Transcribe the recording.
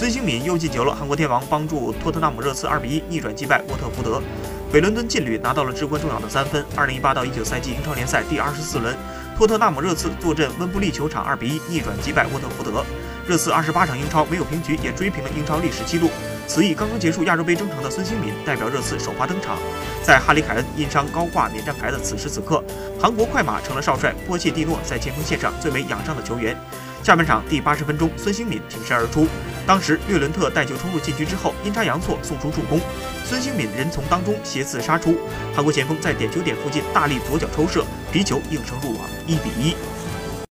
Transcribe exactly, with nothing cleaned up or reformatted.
孙兴敏又进球了，韩国天王帮助托特纳姆热刺二比一逆转击败沃特福德。北伦敦劲旅拿到了至关重要的三分。二零一八到一九赛季英超联赛第二十四轮，托特纳姆热刺坐镇温布利球场二比一逆转击败沃特福德。热刺二十八场英超没有平局，也追平了英超历史纪录。此役刚刚结束亚洲杯征程的孙兴敏代表热刺首发登场。在哈里凯恩因伤高挂免战牌的此时此刻，韩国快马成了少帅波切蒂诺在前锋线上最为仰仗的球员。下半场第八十分钟，孙兴敏挺身而出，当时略伦特带球冲入禁区之后，阴差阳错送出助攻，孙兴敏人从当中斜刺杀出，韩国前锋在点球点附近大力左脚抽射，皮球应声入网，一比一。